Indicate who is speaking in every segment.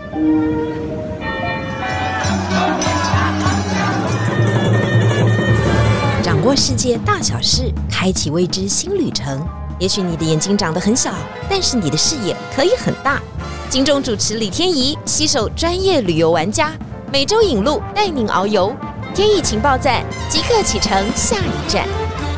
Speaker 1: 掌握世界大小事，开启未知新旅程。也许你的眼睛长得很小，但是你的视野可以很大。金钟主持李天宜携手专业旅游玩家，每周引路带您遨游。天宜情报站即刻启程，下一站。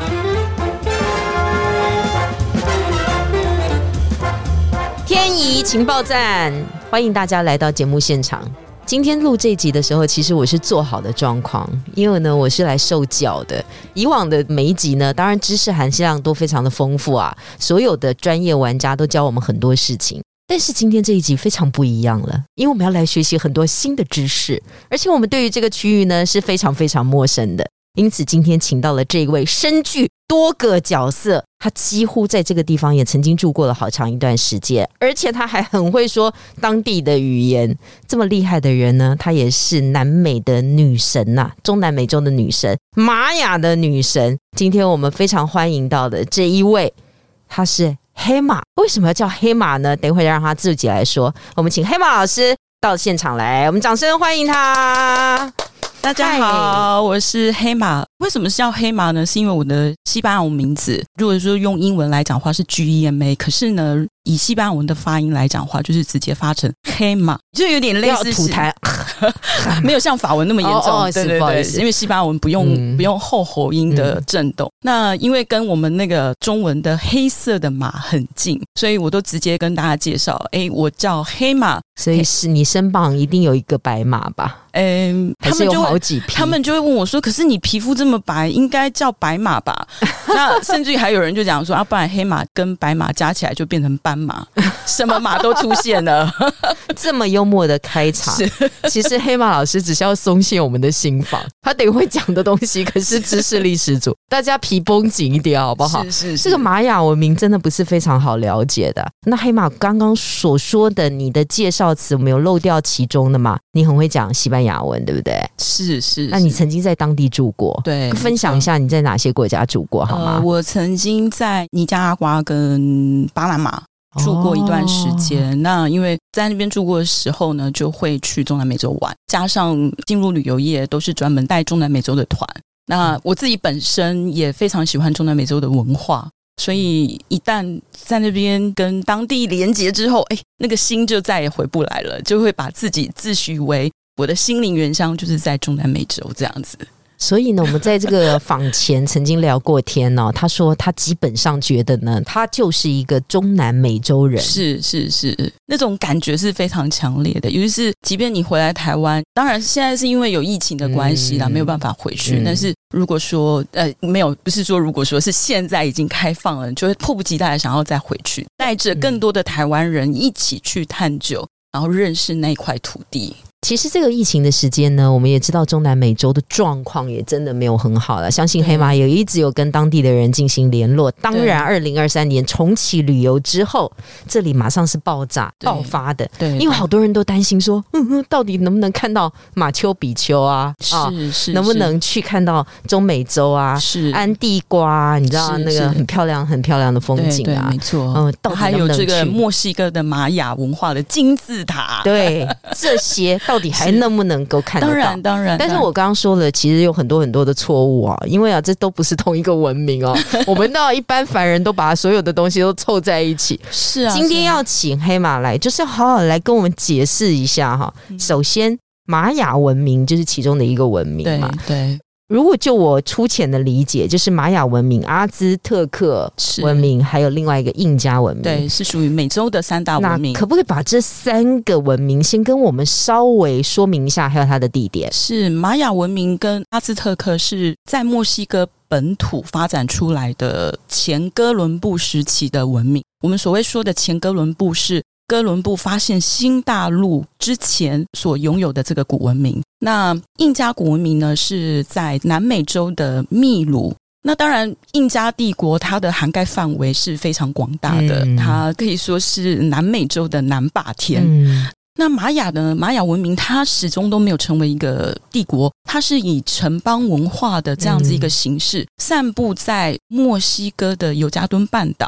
Speaker 1: 天宜情报站，欢迎大家来到节目现场。今天录这集的时候，其实我是做好的状况，因为呢我是来受教的。以往的每一集呢，当然知识含量都非常的丰富啊，所有的专业玩家都教我们很多事情。但是今天这一集非常不一样了，因为我们要来学习很多新的知识，而且我们对于这个区域呢是非常非常陌生的。因此今天请到了这位身具多个角色，他几乎在这个地方也曾经住过了好长一段时间，而且他还很会说当地的语言。这么厉害的人呢，他也是南美的女神啊，中南美洲的女神，玛雅的女神。今天我们非常欢迎到的这一位，她是黑马。为什么要叫黑马呢？等一会让她自己来说。我们请黑马老师到现场来，我们掌声欢迎她。
Speaker 2: 大家好，我是黑马。为什么是叫黑马呢？是因为我的西班牙文名字，如果说用英文来讲的话是 GEMA， 可是呢以西班牙文的发音来讲的话，就是直接发成黑马，就有点类似
Speaker 1: 吐痰
Speaker 2: 没有像法文那么严重。对对对，因为西班牙文不用后喉音的震动。那因为跟我们那个中文的黑色的马很近，所以我都直接跟大家介绍，我叫黑马。
Speaker 1: 所以是你身旁一定有一个白马吧？
Speaker 2: 他们就
Speaker 1: 好几匹，
Speaker 2: 他们就会问我说：“可是你皮肤这么白，应该叫白马吧？”那甚至于还有人就讲说：“不然黑马跟白马加起来就变成斑马，什么马都出现了。”
Speaker 1: 这么幽默的开场，其实黑马老师只是要松懈我们的心防，他等会讲的东西可是知识力十足，大家皮绷紧一点好不好？
Speaker 2: 是
Speaker 1: 这个玛雅文明真的不是非常好了解的。那黑马刚刚所说的你的介绍词，我们有漏掉其中的吗？你很会讲西班牙文，对不对？
Speaker 2: 是。
Speaker 1: 那你曾经在当地住过？
Speaker 2: 对，
Speaker 1: 分享一下你在哪些国家住过好吗？
Speaker 2: 我曾经在尼加拉瓜跟巴拿马住过一段时间。那因为在那边住过的时候呢，就会去中南美洲玩，加上进入旅游业都是专门带中南美洲的团。那我自己本身也非常喜欢中南美洲的文化，所以一旦在那边跟当地连结之后，那个心就再也回不来了，就会把自己自诩为我的心灵原乡就是在中南美洲这样子。
Speaker 1: 所以呢，我们在这个访前曾经聊过天哦，他说他基本上觉得呢，他就是一个中南美洲人。
Speaker 2: 是，那种感觉是非常强烈的。尤其是即便你回来台湾，当然现在是因为有疫情的关系啦，没有办法回去。但是如果说没有，不是说如果说是现在已经开放了，就会迫不及待的想要再回去，带着更多的台湾人一起去探究，然后认识那块土地。
Speaker 1: 其实这个疫情的时间呢，我们也知道中南美洲的状况也真的没有很好了。相信黑马也一直有跟当地的人进行联络。当然2023年重启旅游之后，这里马上是爆发的。对，因为好多人都担心说到底能不能看到马丘比丘啊，
Speaker 2: 是
Speaker 1: 能不能去看到中美洲啊，是安地瓜，你知道那个很漂亮的风景啊。
Speaker 2: 对，没错。
Speaker 1: 到底
Speaker 2: 还有这个墨西哥的玛雅文化的金字塔。
Speaker 1: 对，这些到底还能不能够看得到？
Speaker 2: 当然。
Speaker 1: 但是我刚刚说了，其实有很多的错误啊，因为这都不是同一个文明哦。我们到一般凡人都把所有的东西都凑在一起。
Speaker 2: 是啊。
Speaker 1: 今天要请黑马来，就是要好好来跟我们解释一下哈。首先，玛雅文明就是其中的一个文明嘛。
Speaker 2: 对。
Speaker 1: 如果就我粗浅的理解，就是玛雅文明、阿兹特克文明，还有另外一个印加文明，
Speaker 2: 对，是属于美洲的3大文明。
Speaker 1: 那可不可以把这3个文明先跟我们稍微说明一下，还有它的地点？
Speaker 2: 是玛雅文明跟阿兹特克是在墨西哥本土发展出来的前哥伦布时期的文明。我们所谓说的前哥伦布是哥伦布发现新大陆之前所拥有的这个古文明。那印加古文明呢，是在南美洲的秘鲁。那当然印加帝国它的涵盖范围是非常广大的，它可以说是南美洲的南霸天。那玛雅文明它始终都没有成为一个帝国，它是以城邦文化的这样子一个形式，散布在墨西哥的尤加敦半岛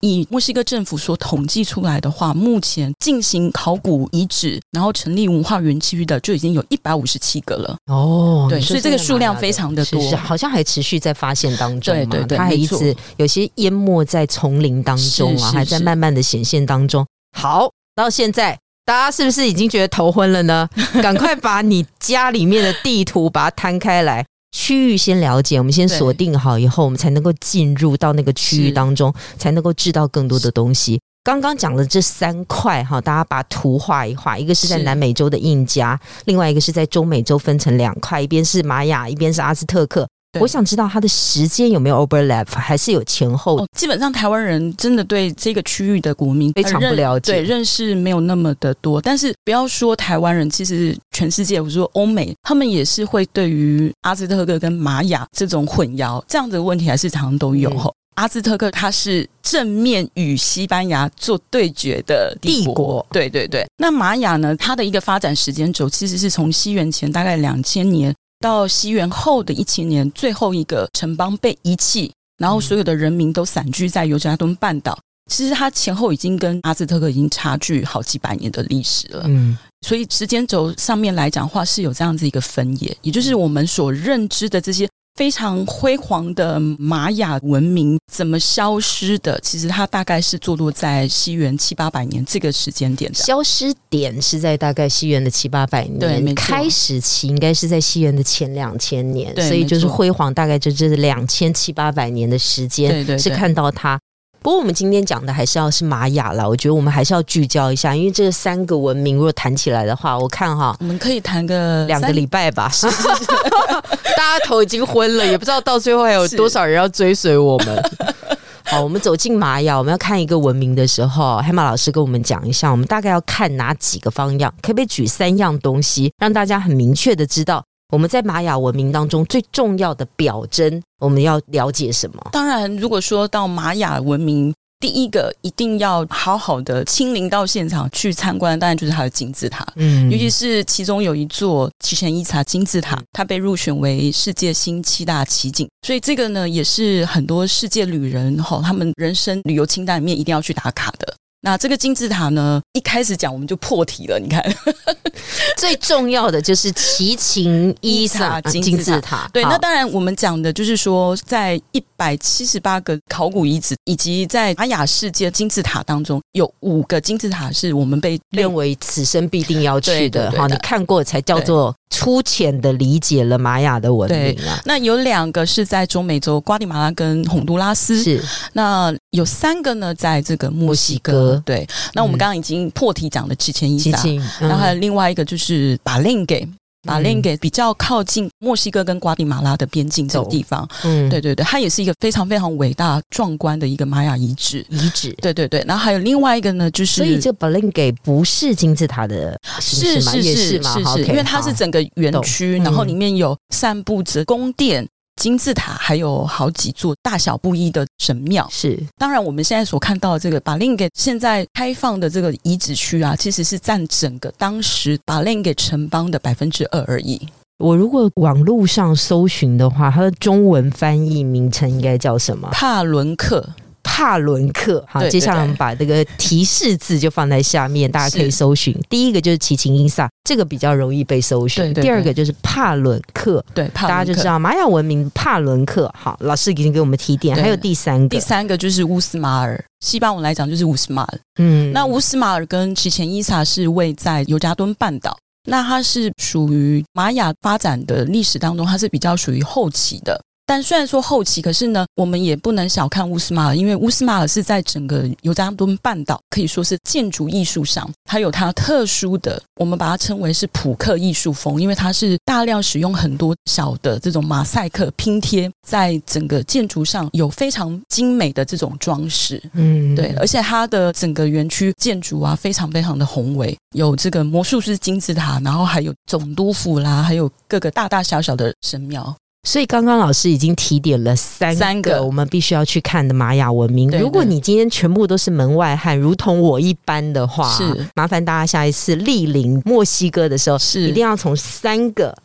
Speaker 2: 以墨西哥政府所统计出来的话，目前进行考古遗址然后成立文化园区的就已经有157个了。
Speaker 1: 对，
Speaker 2: 所以这个数量非常的多，
Speaker 1: 是好像还持续在发现当中嘛。
Speaker 2: 对，
Speaker 1: 它还一直有些淹没在丛林当中啊，还在慢慢的显现当中。好，到现在大家是不是已经觉得头昏了呢？赶快把你家里面的地图把它摊开来，区域先了解，我们先锁定好以后，我们才能够进入到那个区域当中，才能够知道更多的东西。刚刚讲的这3块大家把图画一画，一个是在南美洲的印加，另外一个是在中美洲分成2块，一边是玛雅，一边是阿兹特克。我想知道它的时间有没有 overlap， 还是有前后？
Speaker 2: 基本上台湾人真的对这个区域的国民
Speaker 1: 非常不了解，
Speaker 2: 对，认识没有那么的多。但是不要说台湾人，其实全世界，我说欧美，他们也是会对于阿兹特克跟玛雅这种混淆这样的问题还是常常都有。阿兹特克它是正面与西班牙做对决的帝国，对。那玛雅呢，它的一个发展时间轴其实是从西元前大概2000年到西元后的1000年，最后一个城邦被遗弃，然后所有的人民都散居在尤加敦半岛。其实它前后已经跟阿兹特克已经差距好几百年的历史了。所以时间轴上面来讲的话是有这样子一个分野，也就是我们所认知的这些非常辉煌的玛雅文明怎么消失的，其实它大概是坐落在西元700-800年这个时间点的。
Speaker 1: 消失点是在大概西元的700-800年，
Speaker 2: 对，
Speaker 1: 开始期应该是在西元的前2000年，所以就是辉煌大概就是2700-800年的时间，
Speaker 2: 对，
Speaker 1: 是看到它。不过我们今天讲的还是要是玛雅啦，我觉得我们还是要聚焦一下，因为这3个文明如果谈起来的话，我看
Speaker 2: 我们可以谈个
Speaker 1: 2个礼拜吧。大家头已经昏了，也不知道到最后还有多少人要追随我们。好，我们走进玛雅，我们要看一个文明的时候，海马老师跟我们讲一下，我们大概要看哪几个方向，可不可以举3样东西，让大家很明确的知道我们在玛雅文明当中最重要的表征，我们要了解什么？
Speaker 2: 当然，如果说到玛雅文明，第一个一定要好好的亲临到现场去参观，当然就是它的金字塔。尤其是其中有一座奇前伊察金字塔，它被入选为世界新7大奇景，所以这个呢也是很多世界旅人他们人生旅游清单里面一定要去打卡的。那这个金字塔呢，一开始讲我们就破题了，你看
Speaker 1: 最重要的就是奇琴伊察金字塔。
Speaker 2: 对，那当然我们讲的就是说在178个考古遗址以及在玛雅世界金字塔当中，有5个金字塔是我们被
Speaker 1: 认为此生必定要去的。
Speaker 2: 对，
Speaker 1: 你看过才叫做粗浅的理解了玛雅的文明啊。
Speaker 2: 那有2个是在中美洲瓜地马拉跟洪都拉斯，
Speaker 1: 是。
Speaker 2: 那有3个呢在这个墨西哥。对，那我们刚刚已经破题讲了奇前伊察，然后还有另外一个就是巴令给比较靠近墨西哥跟瓜地马拉的边境这个地方。对，它也是一个非常非常伟大壮观的一个玛雅遗址。对，然后还有另外一个呢，就是
Speaker 1: 所以这巴令给不是金字塔的形式吗？
Speaker 2: 是，因为它是整个园区，然后里面有散布着宫殿、金字塔，还有好几座大小不一的神庙。
Speaker 1: 是，
Speaker 2: 当然我们现在所看到的这个巴令给现在开放的这个遗址区啊，其实是占整个当时巴令给城邦的2%而已。
Speaker 1: 我如果网络上搜寻的话，它的中文翻译名称应该叫什么？
Speaker 2: 帕伦克。
Speaker 1: 好，接下来我们把这个提示字就放在下面，大家可以搜寻。第一个就是奇琴伊察，这个比较容易被搜寻。第2个就是帕伦克，
Speaker 2: 对，
Speaker 1: 大家就知道玛雅文明帕伦克。好，老师已经给我们提点。还有第3
Speaker 2: 个就是乌斯马尔，西班牙来讲就是乌斯马尔。那乌斯马尔跟奇前伊察是位在尤加敦半岛，那它是属于玛雅发展的历史当中，它是比较属于后期的。但虽然说后期，可是呢，我们也不能小看乌斯马尔，因为乌斯马尔是在整个尤加敦半岛可以说是建筑艺术上，它有它特殊的，我们把它称为是普克艺术风，因为它是大量使用很多小的这种马赛克拼贴，在整个建筑上有非常精美的这种装饰。对，而且它的整个园区建筑啊，非常非常的宏伟，有这个魔术师金字塔，然后还有总督府啦，还有各个大大小小的神庙。
Speaker 1: 所以刚刚老师已经提点了3个我们必须要去看的玛雅文明。如果你今天全部都是门外汉，如同我一般的话，麻烦大家下一次莅临墨西哥的时候，一定要从3个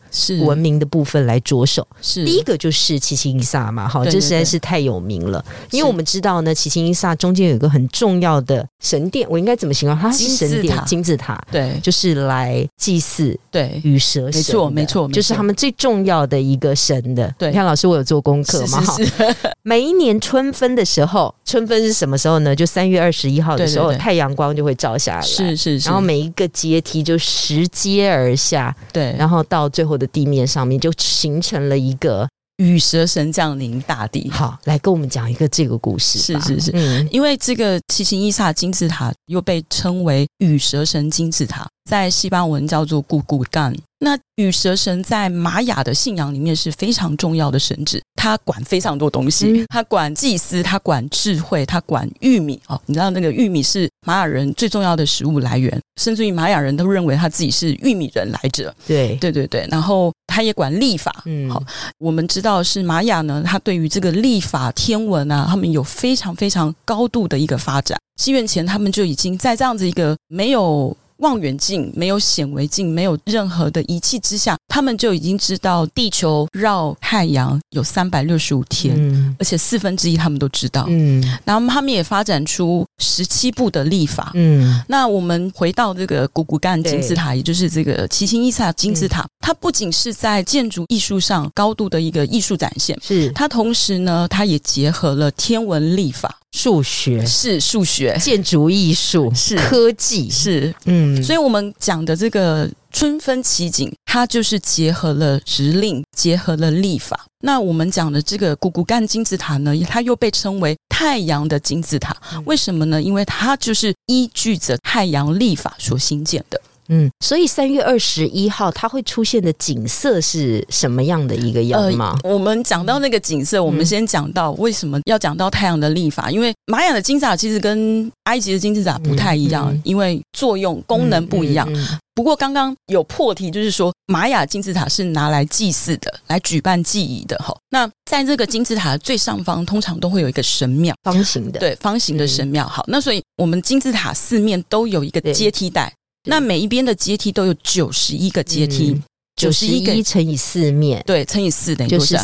Speaker 2: 是
Speaker 1: 文明的部分来着手。
Speaker 2: 是
Speaker 1: 第一个就是奇琴伊萨嘛，好，
Speaker 2: 对对对
Speaker 1: 这实在是太有名了。因为我们知道呢，奇琴伊萨中间有一个很重要的神殿，我应该怎么形容它？是神殿金字塔，
Speaker 2: 对，
Speaker 1: 就是来祭祀
Speaker 2: 对
Speaker 1: 羽蛇神的，
Speaker 2: 没错，
Speaker 1: 就是他们最重要的一个神的。
Speaker 2: 对，
Speaker 1: 你看老师我有做功课嘛，
Speaker 2: 是
Speaker 1: 每一年春分的时候，春分是什么时候呢？就3月21号的时候，
Speaker 2: 对对对，
Speaker 1: 太阳光就会照下来，
Speaker 2: 是，
Speaker 1: 然后每一个阶梯就拾阶而下，
Speaker 2: 对，
Speaker 1: 然后到最后的地面上面就形成了一个
Speaker 2: 羽蛇神降临大地。
Speaker 1: 好，来跟我们讲一个这个故事吧。
Speaker 2: 是，因为这个奇琴伊萨金字塔又被称为羽蛇神金字塔，在西班牙文叫做古古干。那羽蛇神在玛雅的信仰里面是非常重要的神祇，他管非常多东西，他管祭司，他管智慧，他管玉米哦。你知道那个玉米是玛雅人最重要的食物来源，甚至于玛雅人都认为他自己是玉米人来着。
Speaker 1: 对，
Speaker 2: 然后他也管历法。好，我们知道是玛雅呢，他对于这个历法天文啊，他们有非常非常高度的一个发展。西元前他们就已经在这样子一个没有望远镜、没有显微镜、没有任何的仪器之下，他们就已经知道地球绕太阳有365天，而且1/4他们都知道。然后他们也发展出17部的历法。那我们回到这个古古干金字塔，也就是这个奇琴伊萨金字塔，它不仅是在建筑艺术上高度的一个艺术展现，
Speaker 1: 是
Speaker 2: 它同时呢，它也结合了天文历法。
Speaker 1: 数学
Speaker 2: 是数学，
Speaker 1: 建筑艺术
Speaker 2: 是
Speaker 1: 科技
Speaker 2: 是，所以我们讲的这个春分奇景，它就是结合了时令，结合了历法。那我们讲的这个古古干金字塔呢，它又被称为太阳的金字塔，为什么呢？因为它就是依据着太阳历法所兴建的。
Speaker 1: 所以3月21号它会出现的景色是什么样的一个样貌？
Speaker 2: 我们讲到那个景色，我们先讲到为什么要讲到太阳的历法，因为玛雅的金字塔其实跟埃及的金字塔不太一样，因为作用功能不一样。不过刚刚有破题，就是说玛雅金字塔是拿来祭祀的，来举办祭仪的。那在这个金字塔的最上方通常都会有一个神庙，
Speaker 1: 方形的，
Speaker 2: 对，方形的神庙。好，那所以我们金字塔四面都有一个阶梯带，那每一边的阶梯都有91个阶梯，91
Speaker 1: 乘以4面，
Speaker 2: 对，乘以4等于
Speaker 1: 就是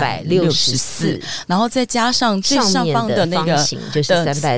Speaker 1: 364，
Speaker 2: 然后再加上最上方的那个
Speaker 1: 就是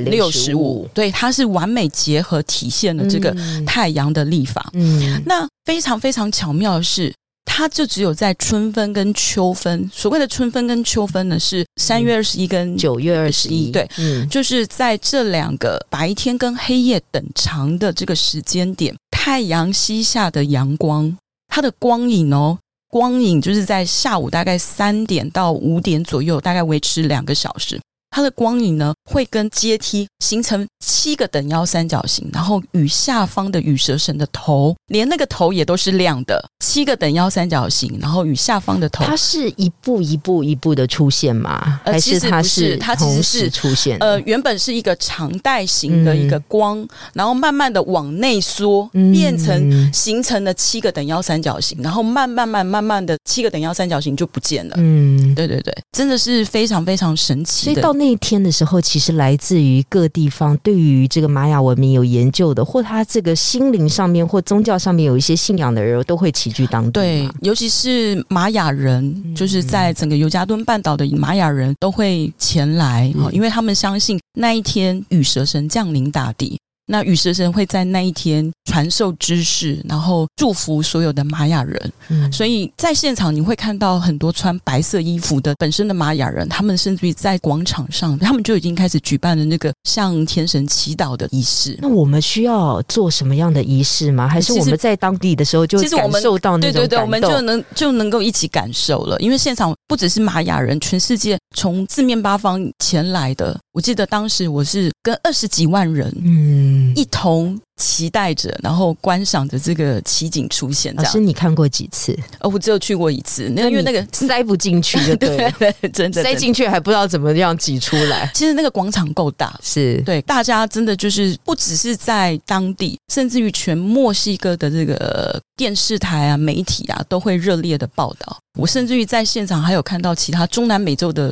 Speaker 1: 365，
Speaker 2: 对，它是完美结合体现了这个太阳的历法。那非常非常巧妙的是，它就只有在春分跟秋分，所谓的春分跟秋分呢，是3月21跟
Speaker 1: 9月21，
Speaker 2: 对，就是在这2个白天跟黑夜等长的这个时间点，太阳西下的阳光，它的光影就是在下午大概3点到5点左右，大概维持2个小时。它的光影呢，会跟阶梯形成7个等腰三角形，然后与下方的羽蛇神的头，连那个头也都是亮的，7个等腰三角形，然后与下方的头，
Speaker 1: 它是一步一步一步的出现吗？还是它是同时出现
Speaker 2: 原本是一个长带形的一个光，然后慢慢的往内缩，变成形成了7个等腰三角形，然后慢慢的7个等腰三角形就不见了。对对对，真的是非常非常神奇的。
Speaker 1: 所以到那一天的时候，其实来自于各地方对于这个玛雅文明有研究的，或他这个心灵上面或宗教上面有一些信仰的人，都会齐聚当地。
Speaker 2: 对，尤其是玛雅人，就是在整个尤加敦半岛的玛雅人都会前来，因为他们相信那一天羽蛇神降临大地。那羽蛇神会在那一天传授知识，然后祝福所有的玛雅人。所以在现场你会看到很多穿白色衣服的本身的玛雅人，他们甚至于在广场上，他们就已经开始举办了那个向天神祈祷的仪式。
Speaker 1: 那我们需要做什么样的仪式吗？还是我们在当地的时候就感受到那种感动？对，
Speaker 2: 我们就能够一起感受了。因为现场不只是玛雅人，全世界从四面八方前来的。我记得当时我是跟20几万人一同期待着，然后观赏着这个奇景出现。
Speaker 1: 老师，你看过几次？
Speaker 2: 我只有去过1次，因为那个
Speaker 1: 塞不进去就对了，
Speaker 2: 对，真的
Speaker 1: 塞进去还不知道怎么样挤出来。
Speaker 2: 其实那个广场够大，
Speaker 1: 是
Speaker 2: 对大家真的就是不只是在当地，甚至于全墨西哥的这个电视台啊、媒体啊都会热烈的报道。我甚至于在现场还有看到其他中南美洲的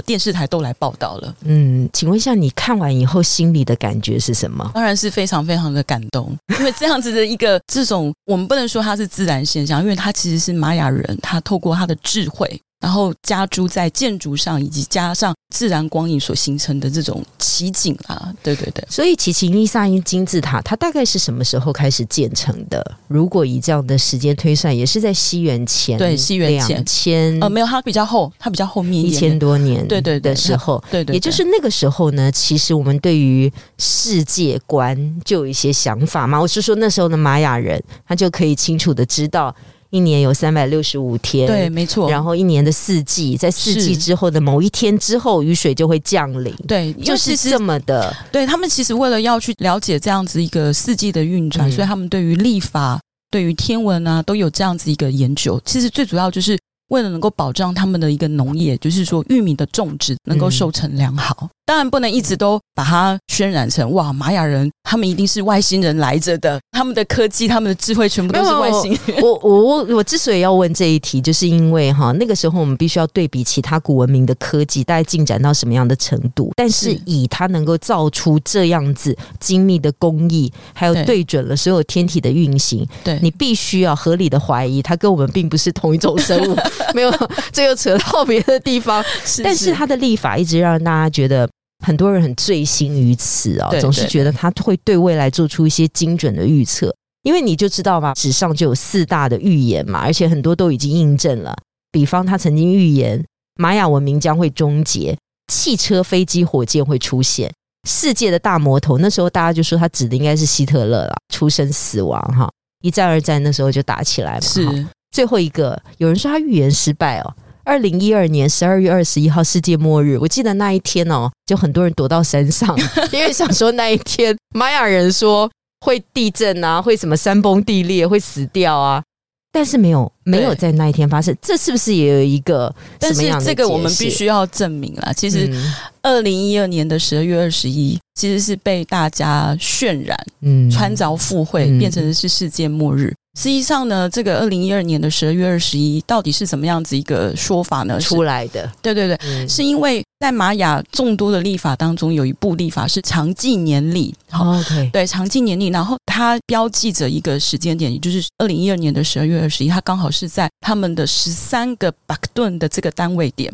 Speaker 2: 电视台都来报道了。
Speaker 1: 请问一下，你看完以后心里的感觉是什么？
Speaker 2: 当然是非常非常的感动，因为这样子的一个这种我们不能说它是自然现象，因为它其实是玛雅人他透过他的智慧，然后加诸在建筑上，以及加上自然光影所形成的这种奇景啊，对对对。
Speaker 1: 所以奇琴伊萨因金字塔它大概是什么时候开始建成的？如果以这样的时间推算，也是在西元前，
Speaker 2: 对，西元前
Speaker 1: 2000
Speaker 2: 没有，它比较后面一点
Speaker 1: 1000多年
Speaker 2: 对对对
Speaker 1: 的时候，
Speaker 2: 对对，
Speaker 1: 也就是那个时候呢，其实我们对于世界观就有一些想法嘛。我是说那时候的玛雅人，他就可以清楚的知道一年有365天，
Speaker 2: 对，没错。
Speaker 1: 然后一年的四季，在四季之后的某一天之后，雨水就会降临。
Speaker 2: 对，
Speaker 1: 就是这么的。
Speaker 2: 对，他们其实为了要去了解这样子一个四季的运转，所以他们对于历法、对于天文啊，都有这样子一个研究。其实最主要就是为了能够保障他们的一个农业，就是说玉米的种植能够收成良好。当然不能一直都把它渲染成哇，玛雅人他们一定是外星人来着的，他们的科技、他们的智慧全部都是外星人。
Speaker 1: 我之所以要问这一题，就是因为那个时候我们必须要对比其他古文明的科技大概进展到什么样的程度，但是以它能够造出这样子精密的工艺，还有对准了所有天体的运行，对，你必须要合理的怀疑它跟我们并不是同一种生物。没有，这又扯到别的地方。但是它的历法一直让大家觉得很多人很醉心于此总是觉得他会对未来做出一些精准的预测。因为你就知道嘛，纸上就有4大的预言嘛，而且很多都已经印证了。比方他曾经预言玛雅文明将会终结，汽车、飞机、火箭会出现，世界的大魔头，那时候大家就说他指的应该是希特勒啦，出生死亡一战二战那时候就打起来嘛。
Speaker 2: 是
Speaker 1: 最后一个有人说他预言失败2012年12月21号世界末日，我记得那一天就很多人躲到山上，因为想说那一天玛雅人说会地震啊，会什么山崩地裂，会死掉啊，但是没有在那一天发生。这是不是也有一个什么样的解释？但是
Speaker 2: 这个我们必须要证明啦。其实2012年的12月21其实是被大家渲染穿凿附会，变成的是世界末日。实际上呢，这个2012年的12月21到底是怎么样子一个说法呢？
Speaker 1: 出来的，
Speaker 2: 对对对，是因为在玛雅众多的历法当中，有一部历法是长纪年历。
Speaker 1: OK，
Speaker 2: 对，长纪年历，然后它标记着一个时间点，也就是2012年的12月21，它刚好是在他们的13个巴克顿的这个单位点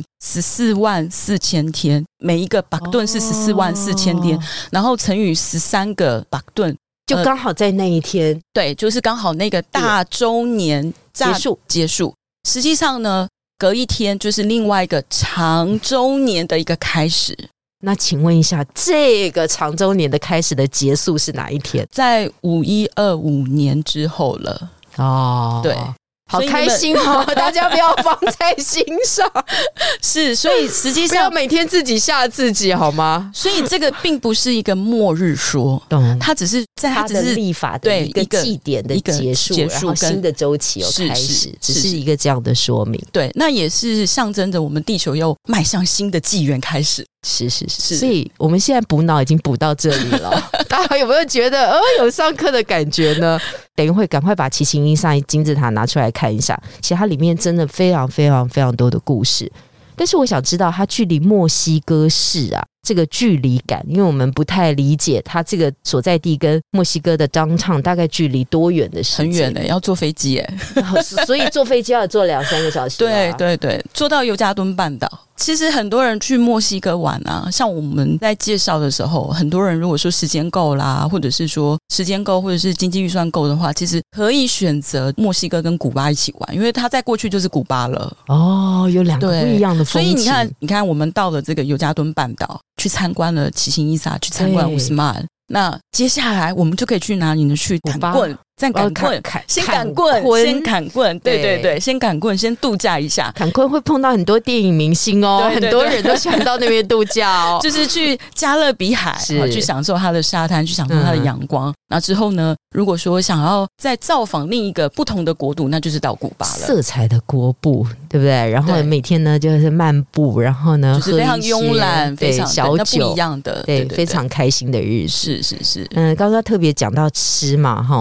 Speaker 2: ，144000天，每一个巴克顿是144000天，然后乘以13个巴克顿。
Speaker 1: 就刚好在那一天，
Speaker 2: 对，就是刚好那个大周年结束。实际上呢，隔一天就是另外一个长周年的一个开始。
Speaker 1: 那请问一下，这个长周年的开始的结束是哪一天？
Speaker 2: 在5125年之后了。对。
Speaker 1: 好开心大家不要放在心上。
Speaker 2: 是，所以实际上
Speaker 1: 不要每天自己吓自己好吗？
Speaker 2: 所以这个并不是一个末日说，它只是在
Speaker 1: 它的历法的一个祭典的结束，然后新的周期又开始，只是一个这样的说明。
Speaker 2: 对，那也是象征着我们地球又迈向新的纪元开始。
Speaker 1: 是，所以我们现在补脑已经补到这里了。大家有没有觉得有上课的感觉呢？等一会赶快把奇琴伊萨金字塔拿出来看一下，其实它里面真的非常非常非常多的故事。但是我想知道它距离墨西哥市这个距离感，因为我们不太理解它这个所在地跟墨西哥的downtown大概距离多远的时间？
Speaker 2: 很远要坐飞机
Speaker 1: 所以坐飞机要坐2-3个小时。
Speaker 2: 对对对，坐到尤加敦半岛。其实很多人去墨西哥玩像我们在介绍的时候，很多人如果说时间够啦，或者是说时间够，或者是经济预算够的话，其实可以选择墨西哥跟古巴一起玩，因为它再过去就是古巴了。
Speaker 1: 有2个不一样的风情。
Speaker 2: 所以你看我们到了这个尤加敦半岛，去参观了奇琴伊萨，去参观乌斯曼。那接下来我们就可以去哪里呢？去砍棍，再砍棍，先砍棍，先砍棍，对对对，先砍棍，先度假一下。
Speaker 1: 砍棍会碰到很多电影明星很多人都喜欢到那边度假
Speaker 2: 就是去加勒比海去享受它的沙滩，去享受它的阳光。然后之后呢，如果说想要再造访另一个不同的国度，那就是到古巴了。
Speaker 1: 色彩的国度，对不对？然后每天呢就是漫步，然后呢
Speaker 2: 就是非常慵懒，非常
Speaker 1: 小酒，
Speaker 2: 不一样的，
Speaker 1: 对，非常开心的日子。
Speaker 2: 是。
Speaker 1: 刚刚特别讲到吃嘛我们在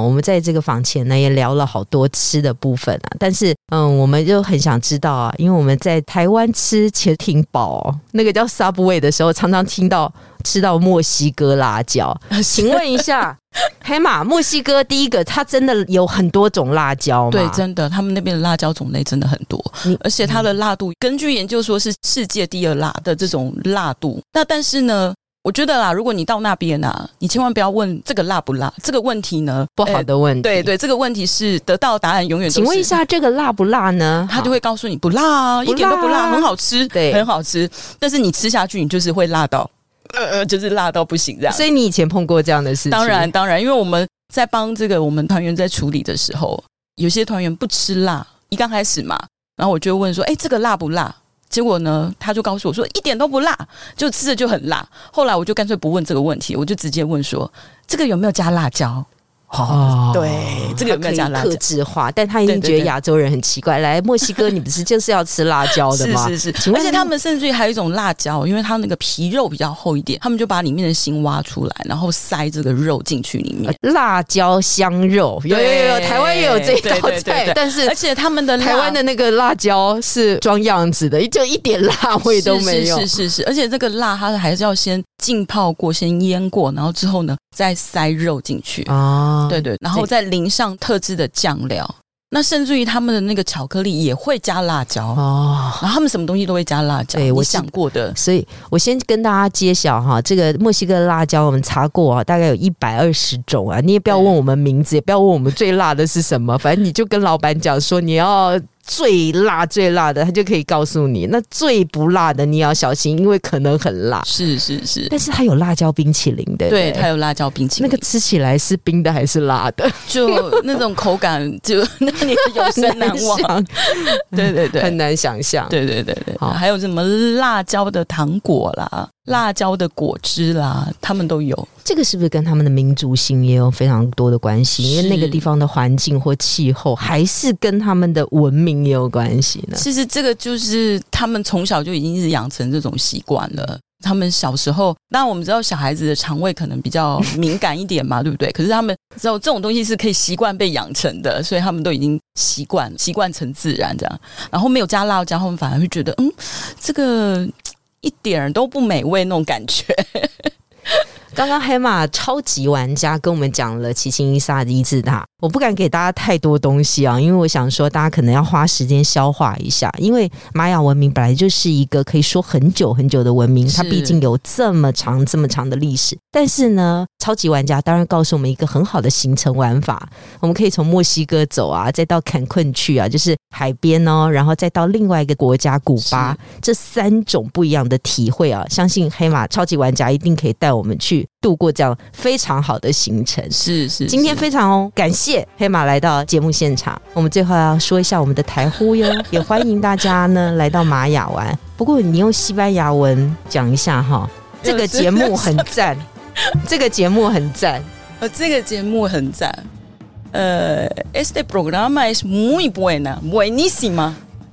Speaker 1: 这个访前呢，也聊了好多吃的部分啊。但是我们就很想知道啊，因为我们在台湾吃其实挺饱哦，那个叫 Subway 的时候，常常吃到墨西哥辣椒。请问一下，黑马，墨西哥第一个，它真的有很多种辣椒吗？
Speaker 2: 对，真的，他们那边的辣椒种类真的很多，而且它的辣度，根据研究说是世界第2辣的这种辣度。那但是呢，我觉得啦，如果你到那边啊，你千万不要问这个辣不辣这个问题呢，
Speaker 1: 不好的问题。
Speaker 2: 对对，这个问题是得到的答案永远都是。
Speaker 1: 请问一下，这个辣不辣呢？
Speaker 2: 他就会告诉你不辣啊，一点都不辣，很好吃，
Speaker 1: 对，
Speaker 2: 很好吃。但是你吃下去，你就是会辣到，就是辣到不行这样。
Speaker 1: 所以你以前碰过这样的事情？
Speaker 2: 当然，因为我们在帮这个我们团员在处理的时候，有些团员不吃辣，一刚开始嘛，然后我就问说，这个辣不辣？结果呢，他就告诉我说一点都不辣，就吃着就很辣。后来我就干脆不问这个问题，我就直接问说，这个有没有加辣椒？对，这个有没有加辣椒？
Speaker 1: 客制化，但他一定觉得亚洲人很奇怪。来墨西哥，你不是就是要吃辣椒的吗？
Speaker 2: 是，而且他们甚至还有一种辣椒，因为它那个皮肉比较厚一点，他们就把里面的心挖出来，然后塞这个肉进去里面。
Speaker 1: 辣椒香肉，有，台湾也有这一道菜，但是
Speaker 2: 而且他们的
Speaker 1: 台湾的那个辣椒是装样子的，就一点辣味都没有。
Speaker 2: 是，而且这个辣它还是要先浸泡过、先腌过，然后之后呢再塞肉进去对，然后再淋上特制的酱料。那甚至于他们的那个巧克力也会加辣椒然后他们什么东西都会加辣椒。我想过的，
Speaker 1: 所以我先跟大家揭晓哈，这个墨西哥辣椒我们查过大概有120种啊。你也不要问我们名字，也不要问我们最辣的是什么，反正你就跟老板讲说你要最辣的，他就可以告诉你。那最不辣的你要小心，因为可能很辣。
Speaker 2: 是，
Speaker 1: 但是它有辣椒冰淇淋的，
Speaker 2: 对，它有辣椒冰淇淋。
Speaker 1: 那个吃起来是冰的还是辣的？
Speaker 2: 就那种口感，就那你永生难忘。对，
Speaker 1: 很难想象。
Speaker 2: 对。好，还有什么辣椒的糖果啦，辣椒的果汁啦，他们都有。
Speaker 1: 这个是不是跟他们的民族性也有非常多的关系？因为那个地方的环境或气候，还是跟他们的文明也有关系呢？
Speaker 2: 其实这个就是他们从小就已经是养成这种习惯了。他们小时候，当然我们知道小孩子的肠胃可能比较敏感一点嘛，对不对？可是他们知道这种东西是可以习惯被养成的，所以他们都已经习惯成自然这样。然后没有加辣椒，他们反而会觉得这个一点都不美味那种感觉。
Speaker 1: 刚刚黑马超级玩家跟我们讲了奇琴伊萨的伊兹塔，我不敢给大家太多东西啊，因为我想说大家可能要花时间消化一下，因为玛雅文明本来就是一个可以说很久很久的文明，它毕竟有这么长的历史。但是呢，超级玩家当然告诉我们一个很好的行程玩法，我们可以从墨西哥走啊，再到坎昆去啊，就是海边然后再到另外一个国家古巴，这3种不一样的体会啊，相信黑马超级玩家一定可以带我们去度过这样非常好的行程。
Speaker 2: 是，
Speaker 1: 今天非常感谢黑马来到节目现场。我们最后要说一下我们的台呼哟，也欢迎大家呢来到玛雅玩。不过你用西班牙文讲一下哈，这个节目很赞，这个节目很赞，
Speaker 2: 这个节目很赞。Este programa es muy buena, buenísima。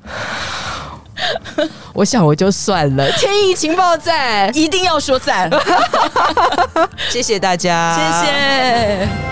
Speaker 1: 我想我就算了，天意情报站
Speaker 2: 一定要说赞。
Speaker 1: 谢谢大家，
Speaker 2: 谢谢。